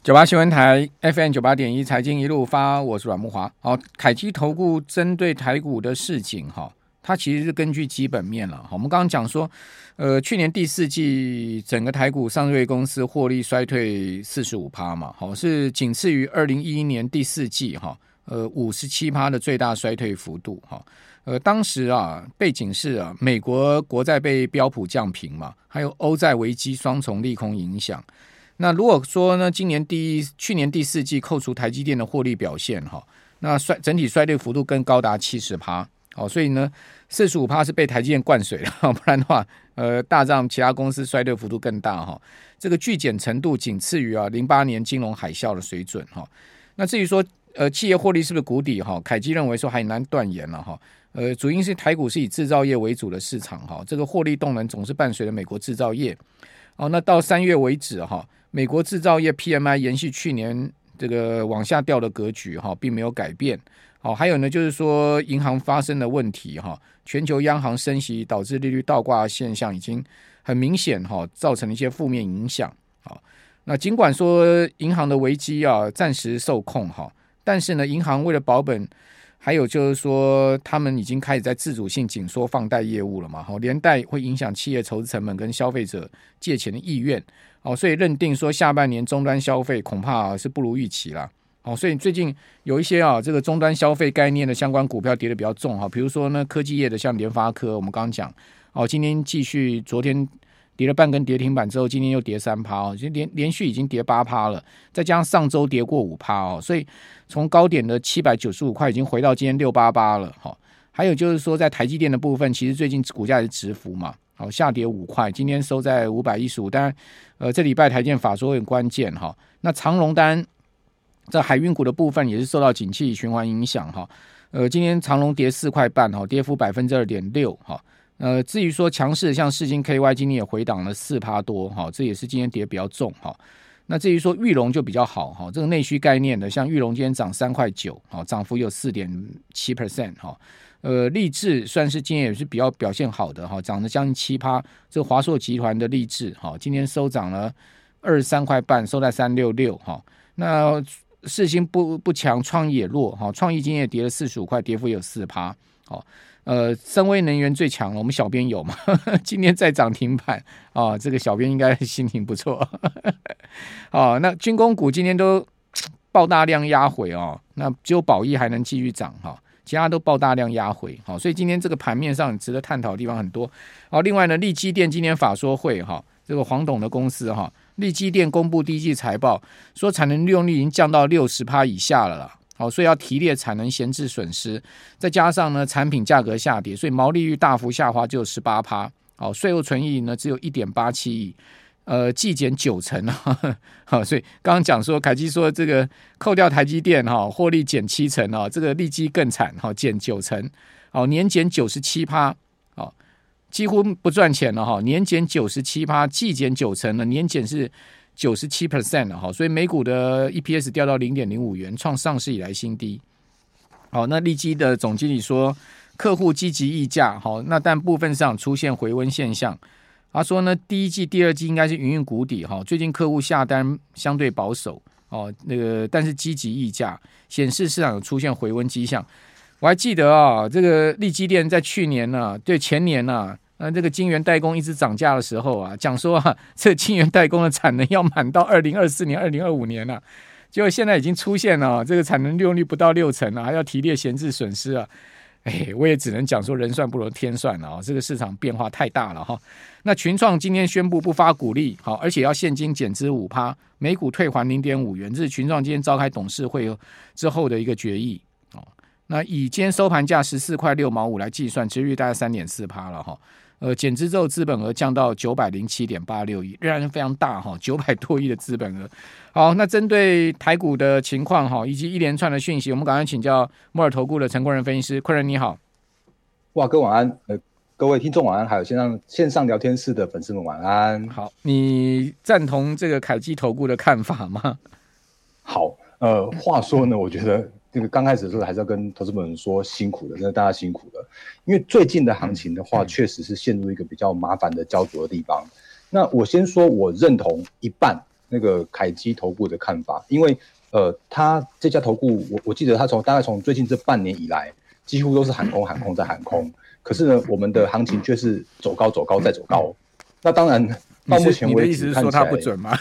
98新闻台 FM98.1财经一路发，我是阮慕骅。好，凯基投顾针对台股的市景哈，它其实是根据基本面了。我们刚刚讲说，去年第四季整个台股上市公司获利衰退45%嘛，好，是仅次于2011年第四季哈，57%的最大衰退幅度哈。当时啊，背景是啊，美国国债被标普降评嘛，还有欧债危机双重利空影响。那如果说呢，去年第四季扣除台积电的获利表现哈，那整体衰退幅度更高达70%，所以呢45%是被台积电灌水了，不然的话，大涨其他公司衰退幅度更大哈，这个巨减程度仅次于08年金融海啸的水准哈。那至于说企业获利是不是谷底哈，凯基认为说还难断言了哈。主因是台股是以制造业为主的市场哈，这个获利动能总是伴随着美国制造业。那到3月为止哈，美国制造业 PMI 延续去年这个往下掉的格局哈，并没有改变。还有呢，就是说银行发生的问题哈，全球央行升息导致利率倒挂现象已经很明显哈，造成了一些负面影响。那尽管说银行的危机暂时受控哈，但是呢，银行为了保本，还有就是说他们已经开始在自主性紧缩放贷业务了嘛，连带会影响企业投资成本跟消费者借钱的意愿。所以认定说下半年终端消费恐怕是不如预期啦。所以最近有一些这个终端消费概念的相关股票跌得比较重比如说呢科技业的像联发科，我们刚刚讲今天继续昨天跌了半根跌停板之后，今天又跌 3%， 连续已经跌 8% 了，再加上上周跌过 5%， 所以从高点的795块已经回到今天688了。还有就是说在台积电的部分，其实最近股价也是直幅嘛，下跌5块，今天收在515。当然这礼拜台积电法说很关键那长荣当然在海运股的部分也是受到景气循环影响今天长荣跌4块半跌幅 2.6%。至于说强势的像世晶 KY 今天也回档了 4% 多这也是今天跌比较重那至于说裕隆就比较好这个内需概念的，像裕隆今天涨3块9涨幅有 4.7%励志算是今天也是比较表现好的涨了将近 7%。这个华硕集团的励志今天收涨了23块半，收在366那世芯不强，创意也弱创意今天也跌了45块，跌幅有 4%深威能源最强了，我们小编有嘛今天再涨停板这个小编应该心情不错那军工股今天都爆大量压回那只有宝益还能继续涨其他都爆大量压回所以今天这个盘面上值得探讨的地方很多另外呢，力积电今天法说会这个黄董的公司力积电公布第一季财报，说产能利用率已经降到 60% 以下了啦所以要提列产能闲置损失，再加上呢产品价格下跌，所以毛利率大幅下滑，只有 18%。税后纯益呢只有 1.87 亿，季减90%所以刚刚讲说凯基说这个扣掉台积电获利减70%这个力积更惨减90%年减 97%几乎不赚钱了年减 97%， 季减90%了，年减是97% 了所以每股的 EPS 掉到 0.05 元，创上市以来新低。那力积的总经理说客户积极议价那但部分上出现回温现象。他说呢，第一季第二季应该是营运谷底最近客户下单相对保守但是积极议价，显示市场有出现回温迹象。我还记得这个力积电在去年对前年这个晶圆代工一直涨价的时候讲说这晶圆代工的产能要满到2024年、2025年结果现在已经出现了这个产能利用率不到60%还要提列闲置损失我也只能讲说人算不如天算这个市场变化太大了那群创今天宣布不发股利而且要现金减资 5%， 每股退还 0.5 元，这是群创今天召开董事会之后的一个决议那以今天收盘价14块6毛5来计算，殖利率大概 3.4% 了减资之后资本额降到 907.86 亿，仍然非常大900多亿的资本额。好，那针对台股的情况以及一连串的讯息，我们赶快请教摩尔投顾的陈坤仁分析师。坤仁你好。 哇哥晚安，各位听众晚安，还有线上聊天室的粉丝们晚安。 好，你赞同这个凯基投顾的看法吗？ 好，话说呢，我觉得这个刚开始的时候还是要跟投资们说辛苦的，真的大家辛苦了。因为最近的行情的话，确实是陷入一个比较麻烦的焦灼的地方。那我先说，我认同一半那个凯基投顾的看法，因为他这家投顾，我记得他大概从最近这半年以来，几乎都是喊空喊空再喊空，可是呢，我们的行情却是走高走高再走高。那当然，到目前为止， 你的意思是说他不准吗？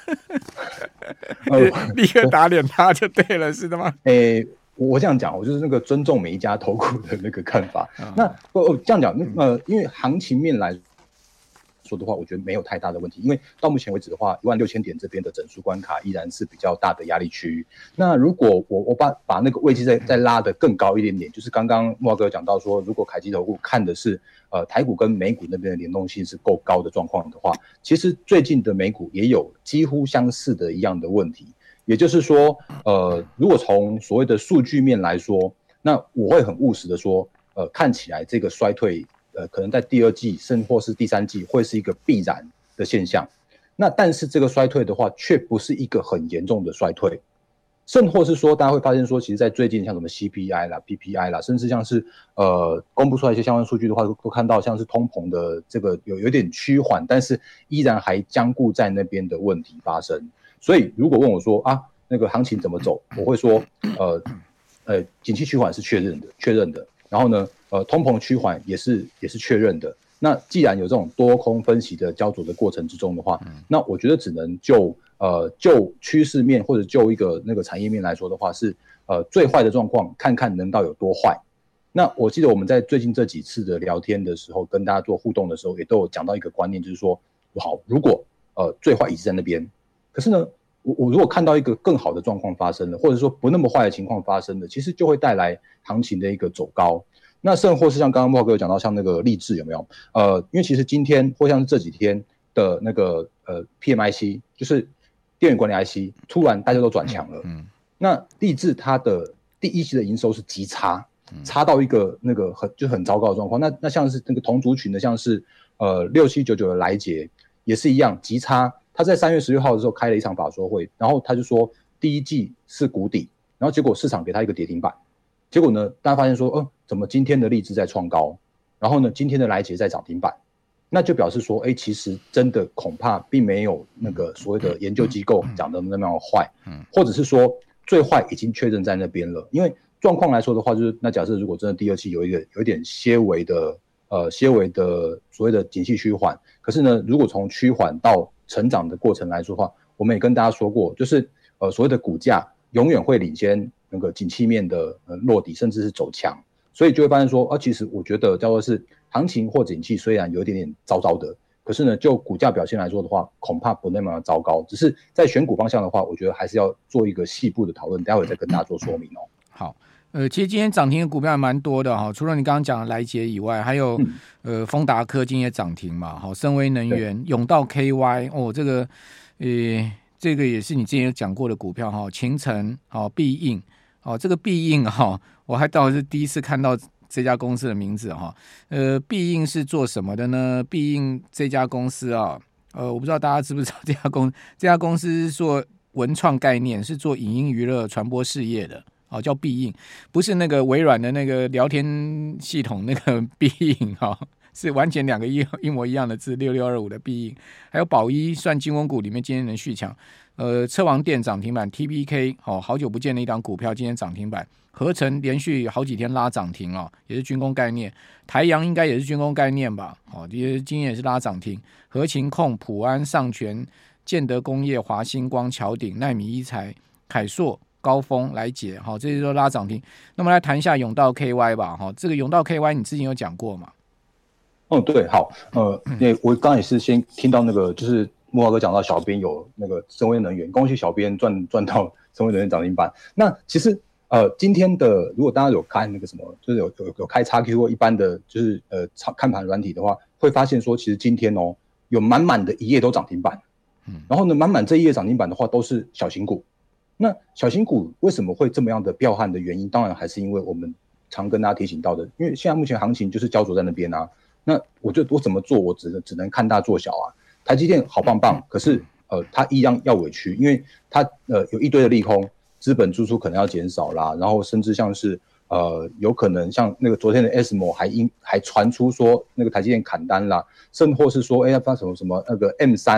立刻打脸他就对了，是的吗？ 我这样讲，我就是那个尊重每一家投顾的那个看法。那这样讲，因为行情面来说的话，我觉得没有太大的问题，因为到目前为止的话，16000点这边的整数关卡依然是比较大的压力区。那如果我把那个位置再拉得更高一点点，就是刚刚木华哥讲到说，如果凯基投顾看的是台股跟美股那边的联动性是够高的状况的话，其实最近的美股也有几乎相似的一样的问题。也就是说，如果从所谓的数据面来说，那我会很务实的说，看起来这个衰退，可能在第二季甚或是第三季会是一个必然的现象。那但是这个衰退的话，却不是一个很严重的衰退，甚或是说，大家会发现说，其实在最近像什么 CPI 啦、PPI 啦，甚至像是公布出来一些相关数据的话，都看到像是通膨的这个有点趋缓，但是依然还僵固在那边的问题发生。所以如果问我说啊，那个行情怎么走，我会说景气趋缓是确认的，然后呢通膨趋缓也是确认的。那既然有这种多空分歧的焦灼的过程之中的话，那我觉得只能就趋势面或者就一个那个产业面来说的话，是最坏的状况看看能到有多坏。那我记得我们在最近这几次的聊天的时候，跟大家做互动的时候，也都有讲到一个观念，就是说，好，如果最坏已经在那边，可是呢，我如果看到一个更好的状况发生了，或者说不那么坏的情况发生了，其实就会带来行情的一个走高。那甚或是像刚刚莫哥有讲到，像那个励志有没有？因为其实今天或像是这几天的那个PMIC， 就是电源管理 IC， 突然大家都转强了。那励志它的第一季的营收是极差，差到一个那个很糟糕的状况。那像是那个同族群的，像是6799的来捷也是一样极差。他在3月16号的时候开了一场法说会，然后他就说第一季是谷底，然后结果市场给他一个跌停板。结果呢，大家发现说，怎么今天的励志在创高，然后呢，今天的来捷在涨停板，那就表示说，其实真的恐怕并没有那个所谓的研究机构讲的那么坏，或者是说最坏已经确认在那边了。因为状况来说的话，就是那假设如果真的第二季有一点些微的所谓的景气趋缓，可是呢，如果从趋缓到成长的过程来说的话，我们也跟大家说过，就是所谓的股价永远会领先那个景气面的落底，甚至是走强，所以就会发现说，其实我觉得叫做是行情或景气虽然有一点点糟糕的，可是呢，就股价表现来说的话，恐怕不那么糟糕。只是在选股方向的话，我觉得还是要做一个细部的讨论，待会再跟大家做说明哦。 好。其实今天涨停的股票还蛮多的哈，除了你刚刚讲的来捷以外，还有丰达科今天涨停嘛，好，深威能源、永道 KY 哦，这个也是你之前有讲过的股票哈，勤诚好必应这个必应哈，我还倒是第一次看到这家公司的名字哈，必应是做什么的呢？必应这家公司啊，我不知道大家知不知道这家公司是做文创概念，是做影音娱乐传播事业的。叫必应，不是那个微软的那个聊天系统那个必应是完全两个一模一样的字，6625的必应。还有宝一算金融股里面今天能续强，车王电涨停板 ，TPK 好久不见的一档股票今天涨停板，合成连续好几天拉涨停也是军工概念，台阳应该也是军工概念吧，今天也是拉涨停，合勤控、普安、上全、建德工业、华星光、桥鼎、奈米一材、凯硕。高峰来解这些都拉涨停。那么来谈一下永道 KY 吧这个永道 KY 你之前有讲过吗？ 对，好，因为我刚刚也是先听到那个，就是木华哥讲到小编有那个深威能源，恭喜小编赚到深威能源涨停板。那其实今天的如果大家有开那个什么，就是有开 XQ 或一般的就是看盘软体的话，会发现说其实今天有满满的一页都涨停板，然后呢满满这一页涨停板的话都是小型股。那小型股为什么会这么样的彪悍的原因，当然还是因为我们常跟大家提醒到的，因为现在目前行情就是焦灼在那边啊。那我怎么做，我只能看大做小啊。台积电好棒棒，可是它一样要委屈，因为它有一堆的利空，资本支出可能要减少啦，然后甚至像是有可能像那个昨天的 ASML 还传出说那个台积电砍单啦，甚或是说要发什么那个 M3。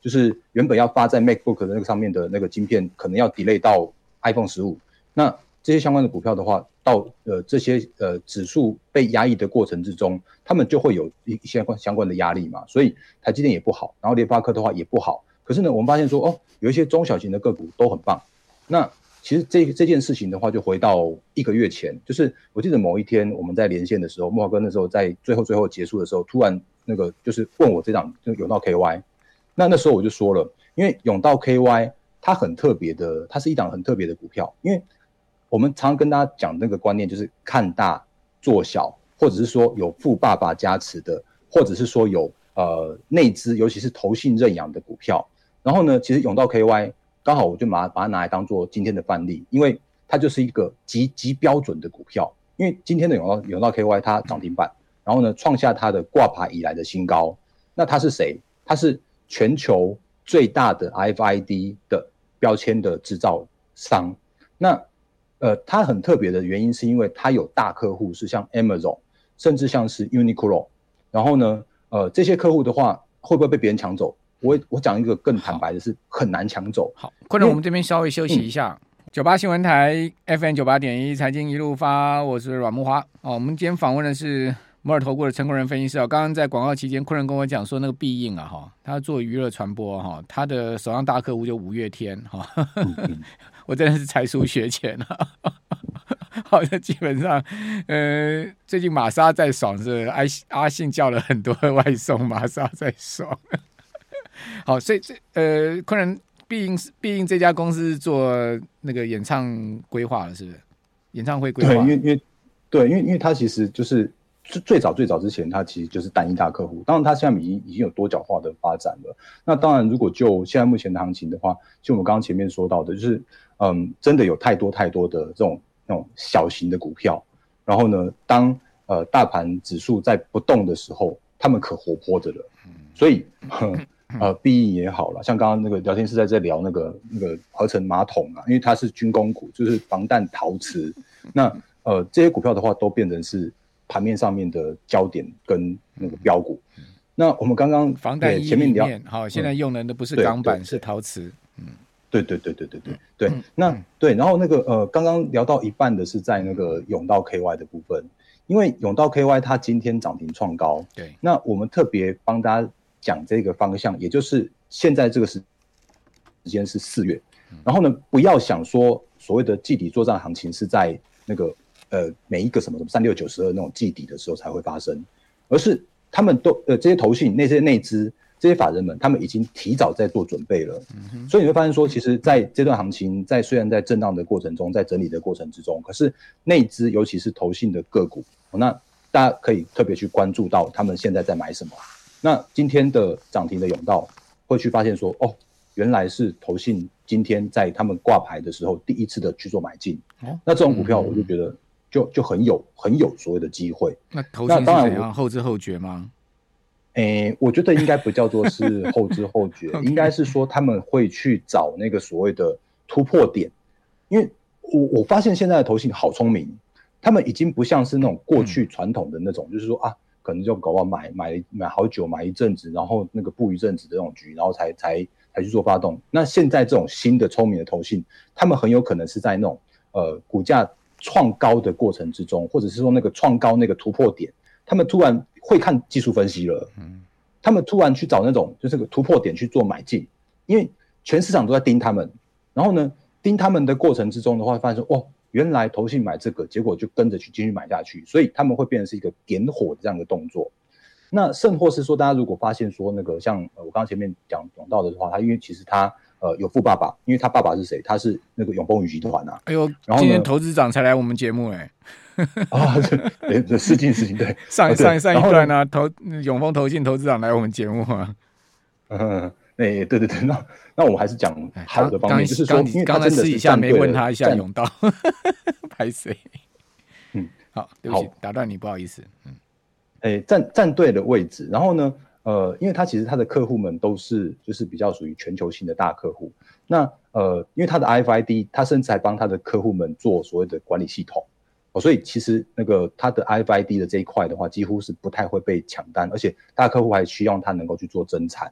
就是原本要发在 MacBook 的那个上面的那个晶片，可能要 delay 到 iPhone 15。那这些相关的股票的话，到这些指数被压抑的过程之中，他们就会有一些相关的压力嘛。所以台积电也不好，然后联发科的话也不好。可是呢，我们发现说有一些中小型的个股都很棒。那其实这件事情的话，就回到1个月前，就是我记得某一天我们在连线的时候，木华哥那时候在最后结束的时候，突然那个就是问我这档就永道 KY。那时候我就说了，因为永道 KY 它很特别的，它是一档很特别的股票，因为我们常常跟大家讲那个观念，就是看大做小，或者是说有富爸爸加持的，或者是说有内资，尤其是投信认养的股票。然后呢，其实永道 KY 刚好我就把它拿来当做今天的范例，因为它就是一个极标准的股票。因为今天的永道 KY 它涨停板，然后呢创下它的挂牌以来的新高。那它是谁？它是全球最大的 RFID 的标签的制造商。那它很特别的原因是因为它有大客户是像 Amazon， 甚至像是 Uniqlo。然后呢，这些客户的话会不会被别人抢走？我讲一个更坦白的是，很难抢走。 好，困难我们这边稍微休息一下。98新闻台 FM98.1 财经一路发，我是阮木华。我们今天访问的是摩尔投顾的陈坤仁分析师。刚刚在广告期间，坤仁跟我讲说，那个必应啊，他做娱乐传播他的手上大客户就五月天我真的是才疏学浅啊。好像基本上，最近玛莎在爽，是阿信叫了很多外送，玛莎在爽。好，所以坤仁必应这家公司做那个演唱规划了，是不是？演唱会规划？ 对，因为他其实就是最早之前，他其实就是单一大客户。当然，他现在已经有多角化的发展了。那当然，如果就现在目前的行情的话，就我们刚刚前面说到的，就是真的有太多的那种小型的股票。然后呢，当大盘指数在不动的时候，他们可活泼的了。所以必应也好了，像刚刚那个聊天室在聊那个合成马桶啊，因为它是军工股，就是防弹陶瓷。那这些股票的话，都变成是盘面上面的焦点跟那个标股。那我们刚刚防弹衣里面，好，现在用的不是钢板，是陶瓷。 对。那对，然后那个刚刚聊到一半的是在那个永道 KY 的部分，因为永道 KY 它今天涨停创高。 对， 那我们特别帮大家讲这个方向，也就是现在这个时间是4月。然后呢，不要想说所谓的季底作战行情是在那个每一个什么3692那种季底的时候才会发生，而是他们都这些投信、那些内资、这些法人们，他们已经提早在做准备了。所以你会发现说，其实在这段行情虽然在震荡的过程中，在整理的过程之中，可是内资尤其是投信的个股，那大家可以特别去关注到他们现在在买什么。那今天的涨停的永道会去发现说，原来是投信今天在他们挂牌的时候第一次的去做买进。那这种股票我就觉得就很有所谓的机会。 那投信是怎样后知后觉吗？ 我觉得应该不叫做是后知后觉应该是说他们会去找那个所谓的突破点。因为我发现现在的投信好聪明，他们已经不像是那种过去传统的那种，就是说可能就搞不好买好久，买一阵子，然后那个布一阵子的那种局，然后才去做发动。那现在这种新的聪明的投信，他们很有可能是在那种股价创高的过程之中，或者是说那个创高那个突破点，他们突然会看技术分析了。他们突然去找那种就是个突破点去做买进，因为全市场都在盯他们。然后呢，盯他们的过程之中的话，发现说原来投信买这个，结果就跟着去继续买下去，所以他们会变成是一个点火的这样的动作。那甚或是说，大家如果发现说那个像我刚刚前面讲到的话，他因为其实他有富爸爸，因为他爸爸是谁？他是那个永丰余集团啊。 哎呦，今天投资长才来我们节目事情对。 上一段呢，永丰投信投资长来我们节目啊。 对，那我们还是讲好的方面，就是说，因为他真的是私底下没问他一下永道，拍谁？好，对不起，打断你，不好意思。 站对的位置，然后呢，因为他其实他的客户们都是就是比较属于全球性的大客户。那因为他的 RFID， 他甚至还帮他的客户们做所谓的管理系统。所以其实那个他的 RFID 的这一块的话，几乎是不太会被抢单，而且大客户还希望他能够去做增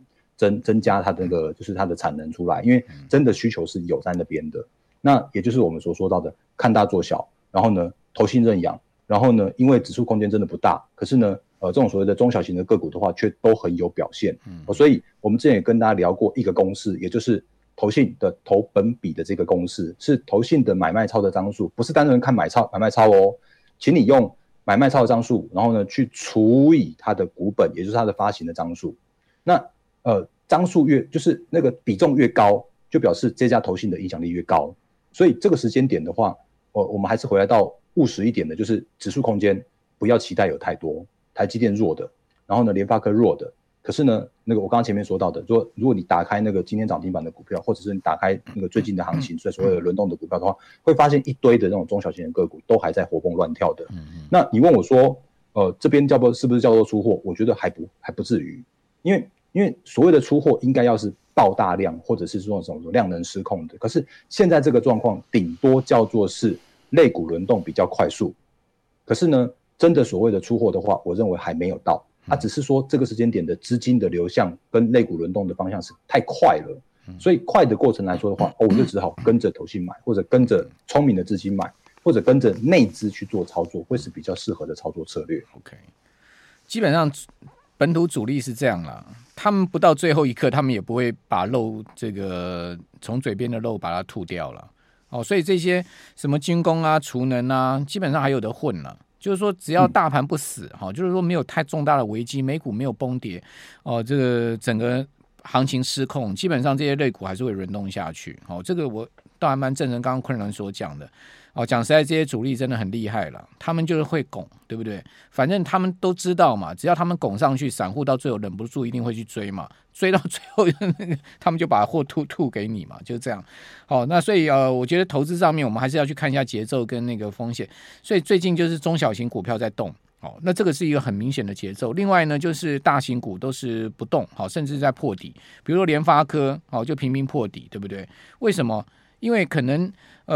增加它的那个就是它的产能出来，因为真的需求是有在那边的。那也就是我们所说到的看大做小，然后呢投信认养，然后呢因为指数空间真的不大，可是呢这种所谓的中小型的个股的话却都很有表现。所以我们之前也跟大家聊过一个公式，也就是投信的投本比的这个公式，是投信的买卖超的张数，不是单纯看买卖超哦，请你用买卖超的张数，然后呢去除以它的股本，也就是它的发行的张数。那张数越就是那个比重越高，就表示这家投信的影响力越高。所以这个时间点的话，我们还是回来到务实一点的，就是指数空间不要期待有太多，台积电弱的，然后呢联发科弱的。可是呢，那个我刚刚前面说到的，如果你打开那个今天涨停板的股票，或者是你打开那个最近的行情，所以所谓的轮动的股票的话，会发现一堆的那种中小型的个股都还在活蹦乱跳的。那你问我说，这边是不是叫做出货？我觉得还不至于，因为所谓的出货应该要是爆大量，或者是说什么量能失控的。可是现在这个状况，顶多叫做是类股轮动比较快速。可是呢，真的所谓的出货的话，我认为还没有到。只是说这个时间点的资金的流向跟类股轮动的方向是太快了，所以快的过程来说的话，我就只好跟着投信买，或者跟着聪明的资金买，或者跟着内资去做操作，会是比较适合的操作策略。 OK， 基本上本土主力是这样啦，他们不到最后一刻，他们也不会把肉这个从嘴边的肉把它吐掉了。所以这些什么军工啊、储能啊，基本上还有得混了。就是说，只要大盘不死，就是说没有太重大的危机，美股没有崩跌，这个整个行情失控，基本上这些类股还是会轮动下去。这个我倒还蛮赞成刚刚昆仑所讲的。讲实在，这些主力真的很厉害了，他们就是会拱，对不对？反正他们都知道嘛，只要他们拱上去，散户到最后忍不住一定会去追嘛，追到最后他们就把货吐给你嘛，就这样。那所以我觉得投资上面我们还是要去看一下节奏跟那个风险。所以最近就是中小型股票在动，那这个是一个很明显的节奏。另外呢，就是大型股都是不动，甚至在破底，比如说联发科就频频破底，对不对？为什么？因为可能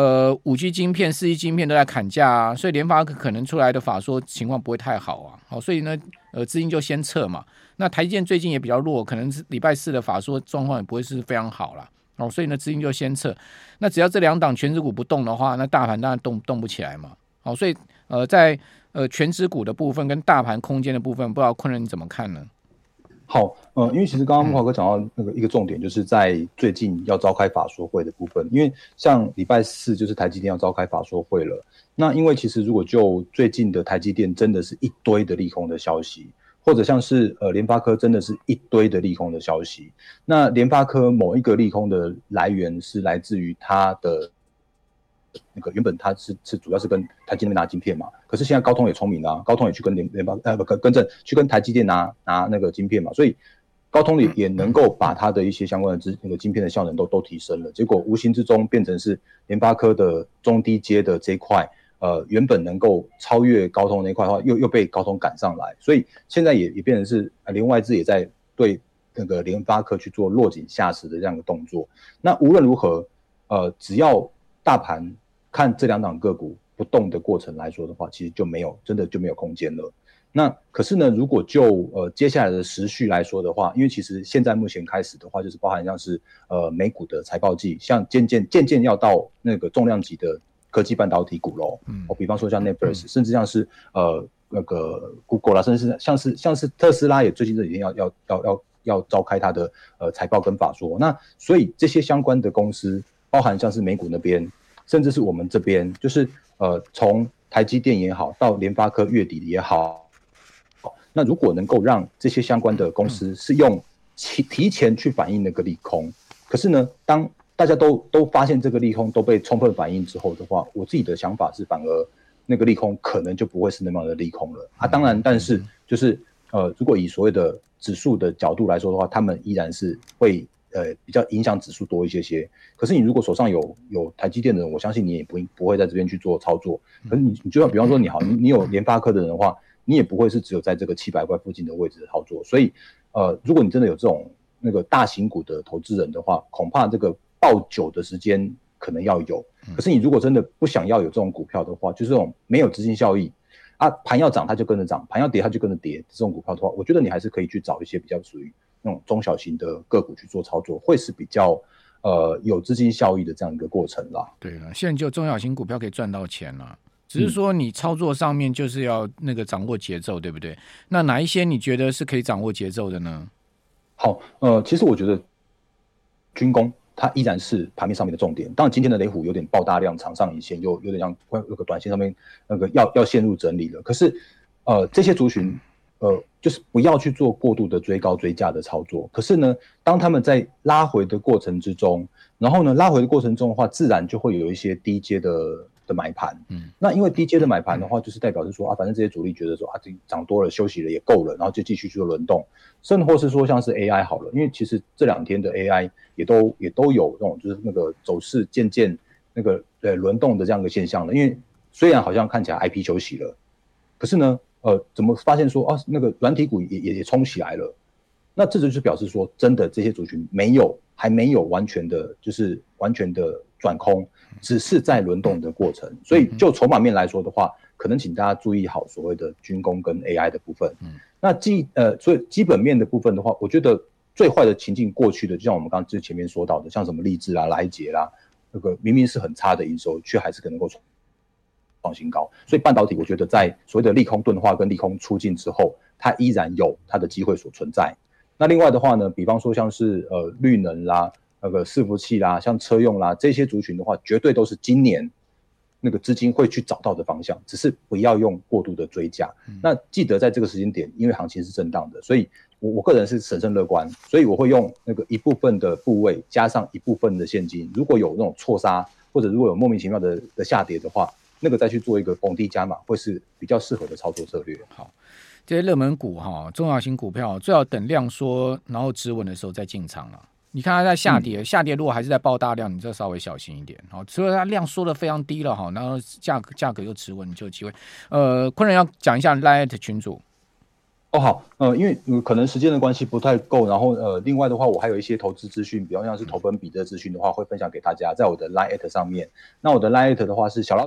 5G 晶片、4G 晶片都在砍价啊，所以联发科可能出来的法说情况不会太好啊。所以呢，资金就先撤嘛。那台积电最近也比较弱，可能是礼拜四的法说状况也不会是非常好啦。所以呢，资金就先撤。那只要这两档全指股不动的话，那大盘当然动不起来嘛。所以在全指股的部分跟大盘空间的部分，不知道昆仑你怎么看呢？ 好，因为其实刚刚木华哥讲到那个一个重点，就是在最近要召开法说会的部分。因为像礼拜四就是台积电要召开法说会了，那因为其实如果就最近的台积电真的是一堆的利空的消息，或者像是联发科真的是一堆的利空的消息。那联发科某一个利空的来源是来自于它的那个原本它是主要是跟台积电拿晶片嘛，可是现在高通也聪明啦，高通也去跟去跟台积电拿那个晶片嘛，所以高通也能够把它的一些相关的那个晶片的效能都提升了，结果无形之中变成是联发科的中低阶的这一块，原本能够超越高通那一块的话，又被高通赶上来，所以现在也变成是连外资也在对那个联发科去做落井下石的这样的动作。那无论如何，只要大盘看这两档个股不动的过程来说的话，其实真的就没有空间了。那可是呢，如果就接下来的时序来说的话，因为其实现在目前开始的话，就是包含像是美股的财报季，像渐渐要到那个重量级的科技半导体股喽。比方说像 Netflix，甚至像是那个 Google 啦，甚至像是特斯拉也最近这几天要召开它的财报跟法说。那所以这些相关的公司，包含像是美股那边，甚至是我们这边，就是从台积电也好，到联发科月底也好，那如果能够让这些相关的公司是用提前去反映那个利空，可是呢，当大家都发现这个利空都被充分反映之后的话，我自己的想法是，反而那个利空可能就不会是那么的利空了啊。当然，但是就是如果以所谓的指数的角度来说的话，他们依然是会比较影响指数多一些。可是你如果手上有台积电的人，我相信你也不会在这边去做操作。可是你就要比方说你有联发科的人的话，你也不会是只有在这个700块附近的位置的操作。所以如果你真的有这种那个大型股的投资人的话，恐怕这个抱久的时间可能要有。可是你如果真的不想要有这种股票的话，就是这种没有资金效益啊，盘要涨它就跟着涨，盘要跌它就跟着跌这种股票的话，我觉得你还是可以去找一些比较属于那种中小型的个股去做操作，会是比较有资金效益的这样一个过程啦。 对了，现在就中小型股票可以赚到钱了。只是说你操作上面就是要那个掌握节奏，对不对？那哪一些你觉得是可以掌握节奏的呢？ 好，其实我觉得军工它依然是盘面上面的重点。当然，今天的雷虎有点爆大量，长上影线，又有点像那个短线上面那个要陷入整理了。可是，这些族群，就是不要去做过度的追高追价的操作。可是呢，当他们在拉回的过程之中，然后呢，拉回的过程中的话，自然就会有一些低阶的买盘。那因为低阶的买盘的话，就是代表是说反正这些主力觉得说这涨多了，休息了也够了，然后就继续去做轮动，甚或是说像是 AI 好了，因为其实这2天的 AI 也都有那种就是那个走势渐渐那个轮动的这样一个现象了。因为虽然好像看起来 IP 休息了，可是呢，怎么发现说那个软体股也冲起来了？那这就是表示说，真的这些族群还没有完全的转空，只是在轮动的过程。所以就筹码面来说的话，可能请大家注意好所谓的军工跟 AI 的部分。那所以基本面的部分的话，我觉得最坏的情境过去的，就像我们刚刚前面说到的，像什么力智啦、来捷啦，那个明明是很差的营收，却还是可能够创新高。所以半导体，我觉得在所谓的利空钝化跟利空出尽之后，它依然有它的机会所存在。那另外的话呢，比方说像是绿能啦、那个伺服器啦、像车用啦这些族群的话，绝对都是今年那个资金会去找到的方向，只是不要用过度的追价。那记得在这个时间点，因为行情是震荡的，所以我个人是审慎乐观，所以我会用那个一部分的部位加上一部分的现金，如果有那种错杀或者如果有莫名其妙的下跌的话，那个再去做一个逢低加码，会是比较适合的操作策略。 好。这些热门股中小型股票最好等量缩然后止稳的时候再进场了。你看它在下跌，下跌如果还是在爆大量，你就稍微小心一点。除了它量缩的非常低了然后价格又止稳，你就有机会。昆人要讲一下 Line 群组。 好，因为可能时间的关系不太够，然后另外的话，我还有一些投资资讯，比方像是投本比的资讯的话，会分享给大家，在我的 Line@ 上面。那我的 Line@ 的话是小老